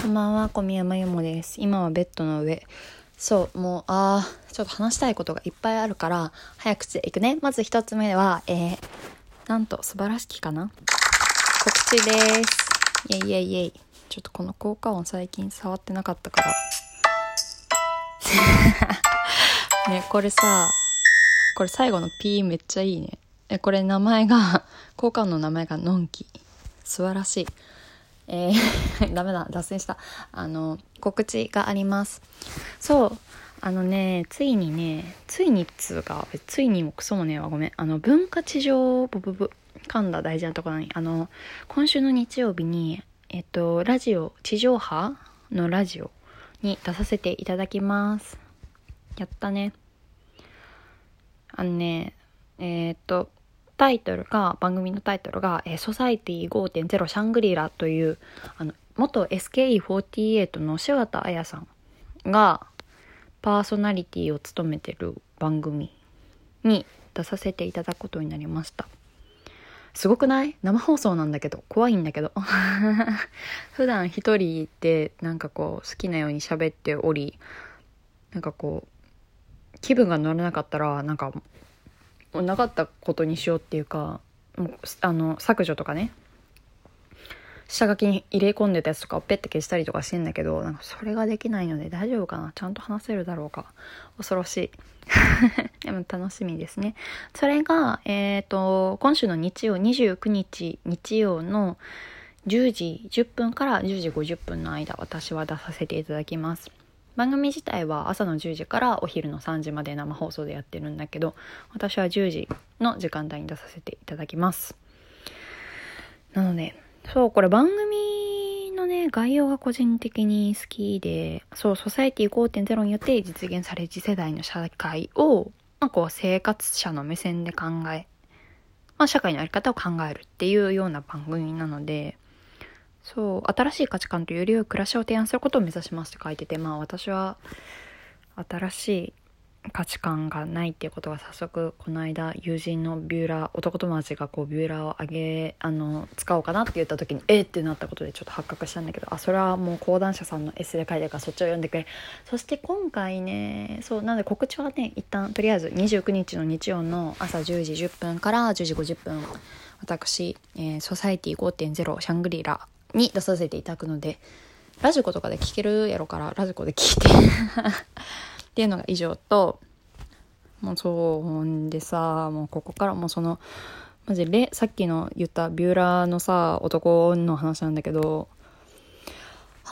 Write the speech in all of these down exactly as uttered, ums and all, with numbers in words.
こんばんは、小宮山由もです。今はベッドの上。そう、もう、あー、ちょっと話したいことがいっぱいあるから、早口でいくね。まず一つ目は、えー、なんと、素晴らしきかな告知です。イェイイェイイェイ。ちょっとこの効果音最近触ってなかったから。ね、これさ、これ最後の P めっちゃいいね。え、これ名前が、効果音の名前がのんき。素晴らしい。えー、ダメだ脱線したあの告知があります。そうあのねついにねついにっつうかついにもクソもねえわごめんあの文化地上ブブブ噛んだ大事なところにあの今週の日曜日にえっとラジオ地上波のラジオに出させていただきます。やったね。あのねえー、っとタイトルが番組のタイトルが、えー、ソサイティ ごてんゼロ シャングリラというあの元 エスケーイーフォーティーエイト の柴田彩さんがパーソナリティを務めてる番組に出させていただくことになりました。すごくない？生放送なんだけど怖いんだけど普段一人でなんかこう好きなように喋っておりなんかこう気分が乗らなかったらなんかなかったことにしようっていうかもうあの削除とかね下書きに入れ込んでたやつとかをペッて消したりとかしてんだけどなんかそれができないので大丈夫かなちゃんと話せるだろうか恐ろしいでも楽しみですね。それがえっと今週の日曜にじゅうくにち日曜のじゅうじじゅっぷんからじゅうじごじゅっぷんの間私は出させていただきます。番組自体は朝のじゅうじからお昼のさんじまで生放送でやってるんだけど私はじゅうじの時間帯に出させていただきます。なのでそうこれ番組のね概要が個人的に好きでそうソサイティ ごてんゼロ によって実現される次世代の社会を、まあ、こう生活者の目線で考え、まあ、社会の在り方を考えるっていうような番組なのでそう新しい価値観とより良い暮らしを提案することを目指しますって書いててまあ私は新しい価値観がないっていうことが早速この間友人のビューラー男友達がこうビューラーをあげあの使おうかなって言った時にえーってなったことでちょっと発覚したんだけどあそれはもう講談社さんのエッセイで書いてるからそっちを読んでくれ。そして今回ねそうなので告知はね一旦とりあえずにじゅうくにちの日曜の朝じゅうじじゅっぷんからじゅうじごじゅっぷん私、えー、ソサイティ ごてんゼロ シャングリラに出させていただくのでラジコとかで聞けるやろからラジコで聞いてっていうのが以上ともうそうほんでさもうここからもうそのマジでさっきの言ったビューラーのさ男の話なんだけどは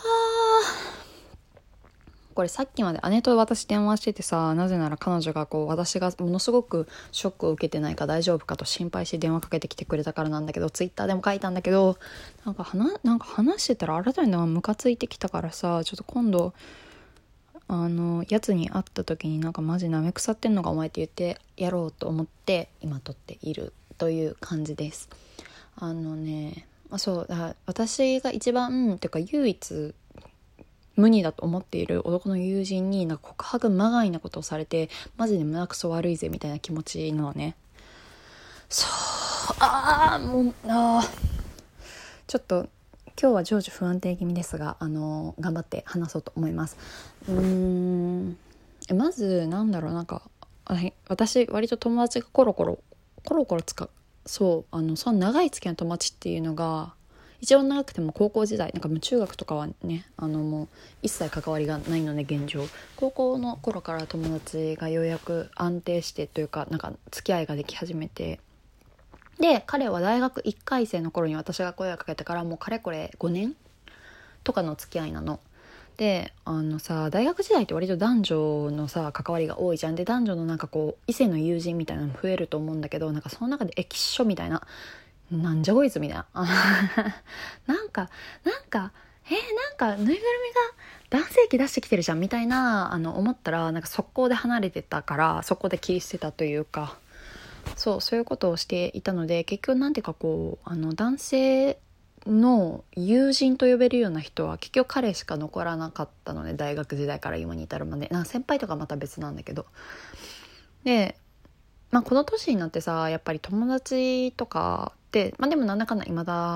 あこれさっきまで姉と私電話しててさなぜなら彼女がこう私がものすごくショックを受けてないか大丈夫かと心配して電話かけてきてくれたからなんだけどツイッターでも書いたんだけどなんか話なんか話してたら改めてムカついてきたからさちょっと今度あのやつに会った時になんかマジなめ腐ってんのかお前って言ってやろうと思って今撮っているという感じです。あのねそうだ私が一番てか唯一無二だと思っている男の友人になんか告白まがいなことをされてマジで胸くそ悪いぜみたいな気持ちなのね。そうああもうあちょっと今日は情緒不安定気味ですが、あのー、頑張って話そうと思います。うーんまずなんだろうなんか私割と友達がコロコロコロコロ使うそうあのその長い付き合いの友達っていうのが一番長くても高校時代なんかもう中学とかはねあのもう一切関わりがないので現状高校の頃から友達がようやく安定してというかなんか付き合いができ始めてで彼は大学いっかい生の頃に私が声をかけてからもうかれこれごねんとかの付き合いなのであのさ大学時代って割と男女のさ関わりが多いじゃん。で男女のなんかこう異性の友人みたいなの増えると思うんだけどなんかその中で液晶みたいななんじゃこいつみたいななんかなんかえー、なんかぬいぐるみが男性器出してきてるじゃんみたいなあの思ったらなんか速攻で離れてたからそこで切り捨てたというかそうそういうことをしていたので結局なんていうかこうあの男性の友人と呼べるような人は結局彼しか残らなかったので大学時代から今に至るまでなんか先輩とかまた別なんだけどで、まあ、この年になってさやっぱり友達とかって、まあ、でもなんだかんだ未だ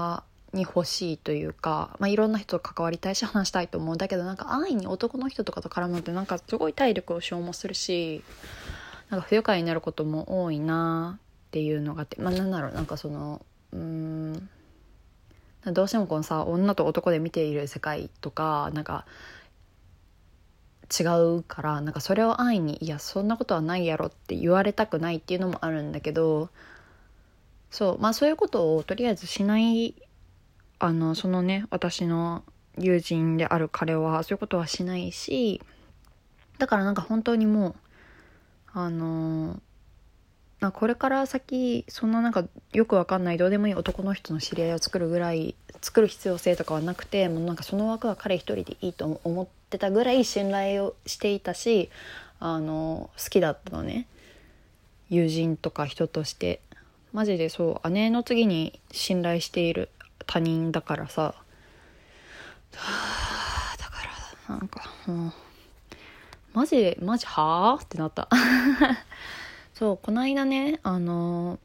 に欲しいというか、まあ、いろんな人と関わりたいし話したいと思う。だけどなんか安易に男の人とかと絡むってなんかすごい体力を消耗するし、なんか不愉快になることも多いなっていうのがあって、まあなんだろう、なんかそのうーんどうしてもこのさ、女と男で見ている世界とかなんか違うから、なんかそれを安易にいやそんなことはないやろって言われたくないっていうのもあるんだけど、そうまあそういうことをとりあえずしない、あのそのね私の友人である彼はそういうことはしないし、だからなんか本当にもうあのなこれから先そんななんかよくわかんないどうでもいい男の人の知り合いを作るぐらい作る必要性とかはなくて、もうなんかその枠は彼一人でいいと思ってたぐらい信頼をしていたし、あの好きだったのね、友人とか人として。マジでそう姉の次に信頼している他人だからさ、はあ、だからなんかもうマジでマジはあってなったそうこの間ねあの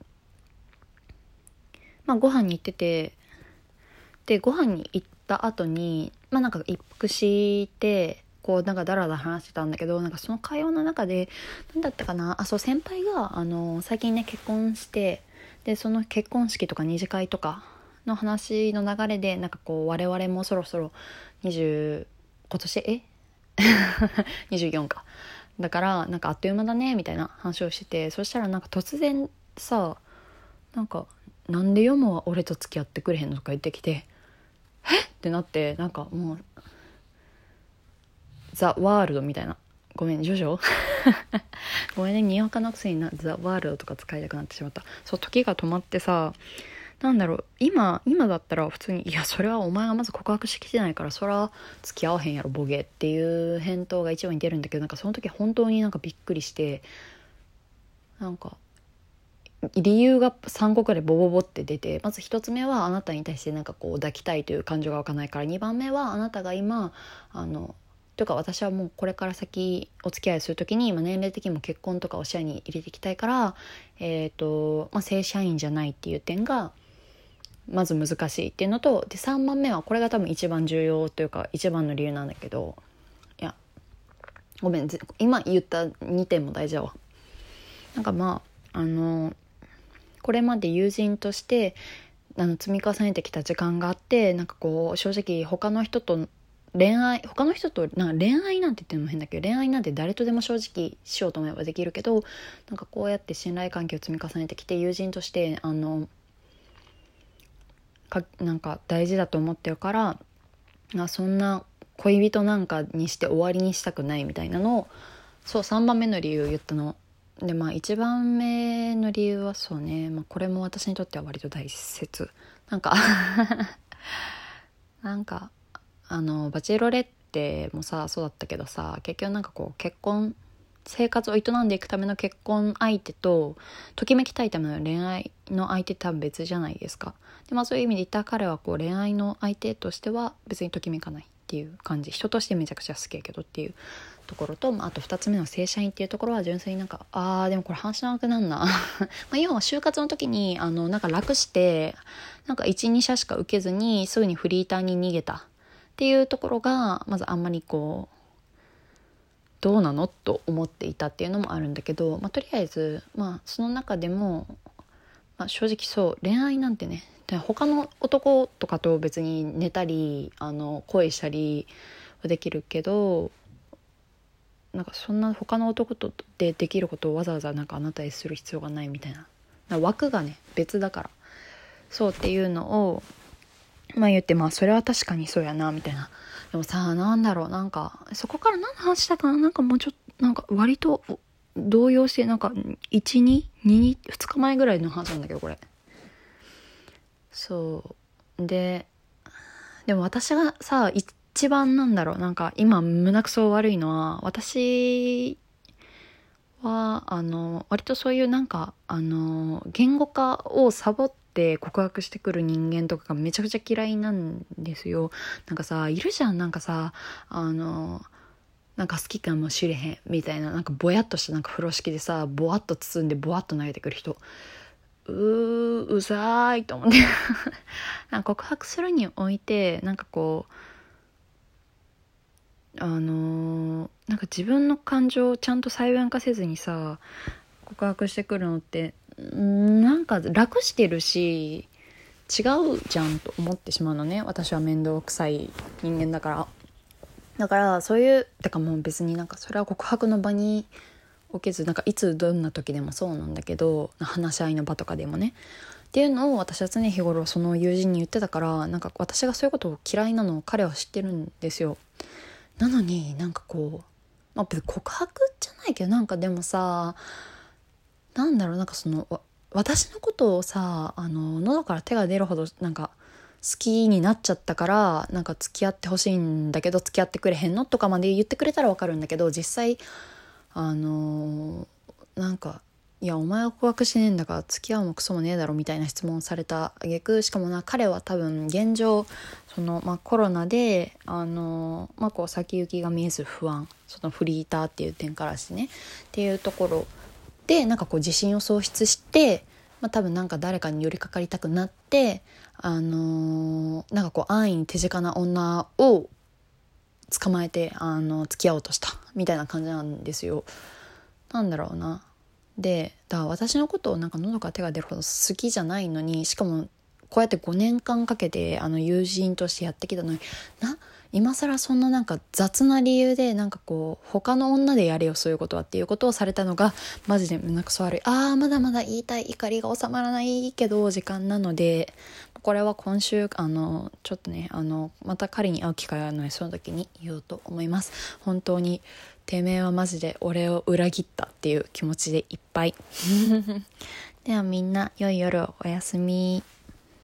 まあご飯に行ってて、でご飯に行った後にまあなんか一服してこうなんかダラダラ話してたんだけど、なんかその会話の中で何だったかなあ、そう先輩があの最近ね結婚して、でその結婚式とか二次会とかの話の流れでなんかこう我々もそろそろにじゅう今年えにじゅうよんかだからなんかあっという間だねみたいな話をしてて、そしたらなんか突然さなんかなんでヨモは俺と付き合ってくれへんのとか言ってきて、えってなって、なんかもうザ・ワールドみたいな、ごめんジョジョごめんねにわかのくせになザ・ワールドとか使いたくなってしまった。そう時が止まってさ、なんだろう今今だったら普通にいやそれはお前がまず告白してきてないからそれは付き合わへんやろボケっていう返答が一番に出るんだけど、なんかその時本当になんかびっくりして、なんか理由がさんこくらいボボボって出て、まずひとつめはあなたに対してなんかこう抱きたいという感情が湧かないから、にばんめはあなたが今あのというか私はもうこれから先お付き合いする時に今年齢的にも結婚とかを視野に入れていきたいから、えーとまあ、正社員じゃないっていう点がまず難しいっていうのと、でさんばんめはこれが多分一番重要というか一番の理由なんだけど、いやごめん今言ったにてんも大事だわ。なんかまああのこれまで友人としてあの積み重ねてきた時間があって、なんかこう正直他の人と恋愛他の人となんか恋愛なんて言ってるのも変だけど、恋愛なんて誰とでも正直しようと思えばできるけど、なんかこうやって信頼関係を積み重ねてきて友人としてあのかなんか大事だと思ってるから、あそんな恋人なんかにして終わりにしたくないみたいなのを、そうさんばんめの理由を言ったので、まあいちばんめの理由はそうね、まあ、これも私にとっては割と大切なんかなんかあのバチェロレッテもさそうだったけどさ、結局なんかこう結婚生活を営んでいくための結婚相手とときめきたいための恋愛の相手って多分別じゃないですか。で、まあ、そういう意味で言ったら彼はこう恋愛の相手としては別にときめかないっていう感じ、人としてめちゃくちゃ好きやけどっていうところと、まあ、あとふたつめの正社員っていうところは純粋になんかあーでもこれ話長くなんなまあ要は就活の時にあのなんか楽してなんかいち、に社しか受けずにすぐにフリーターに逃げたっていうところがまずあんまりこうどうなのと思っていたっていうのもあるんだけど、まあ、とりあえず、まあ、その中でも、まあ、正直そう恋愛なんてね他の男とかと別に寝たりあの恋したりはできるけど、なんかそんな他の男とでできることをわざわざなんかあなたにする必要がないみたいな、な枠がね別だからそうっていうのをまあ言って、まあそれは確かにそうやなみたいな。でもさ、なんだろう、なんかそこから何の話したかな、なんかもうちょっとなんか割と動揺して、なんかいち、に、に、ふつかまえぐらいの話なんだけどこれ。そうで、でも私がさ一番なんだろう、なんか今胸くそ悪いのは、私はあの割とそういうなんかあの言語化をサボってで告白してくる人間とかがめちゃくちゃ嫌いなんですよ。なんかさいるじゃん、なんかさあのなんか好きかもしれへんみたいな、なんかぼやっとしたなんか風呂敷でさぼわっと包んでぼわっと投げてくる人うーうざーいと思ってなんか告白するにおいてなんかこうあのー、なんか自分の感情をちゃんと細分化せずにさ告白してくるのってんなんか楽してるし違うじゃんと思ってしまうのね。私は面倒くさい人間だから。だからそういうだからもう別になんかそれは告白の場に置けずなんかいつどんな時でもそうなんだけど話し合いの場とかでもねっていうのを私は常日頃その友人に言ってたからなんか私がそういうことを嫌いなのを彼は知ってるんですよ。なのになんかこう、まあ、別に告白じゃないけどなんかでもさなんだろうなんかその私のことをさあの喉から手が出るほどなんか好きになっちゃったからなんか付き合ってほしいんだけど付き合ってくれへんのとかまで言ってくれたら分かるんだけど実際あのなんかいやお前は告白してねえんだから付き合うもクソもねえだろみたいな質問された挙句しかもな彼は多分現状その、まあ、コロナであの、まあ、こう先行きが見えず不安そのフリーターっていう点からしてねっていうところでなんかこう自信を喪失して、まあ、多分なんか誰かに寄りかかりたくなってあのなんかこう安易に手近な女を捕まえてあの付き合おうとしたみたいな感じなんですよ。なんだろうな。でだから私のことをなんか喉から手が出るほど好きじゃないのにしかもこうやってごねんかんかけてあの友人としてやってきたのにな今更そんななんか雑な理由でなんかこう他の女でやれよそういうことはっていうことをされたのがマジで胸くそ悪い。あーまだまだ言いたい怒りが収まらないけど時間なのでこれは今週あのちょっとねあのまた彼に会う機会があるのでその時に言おうと思います。本当にてめえはマジで俺を裏切ったっていう気持ちでいっぱいではみんな良い夜をおやすみ。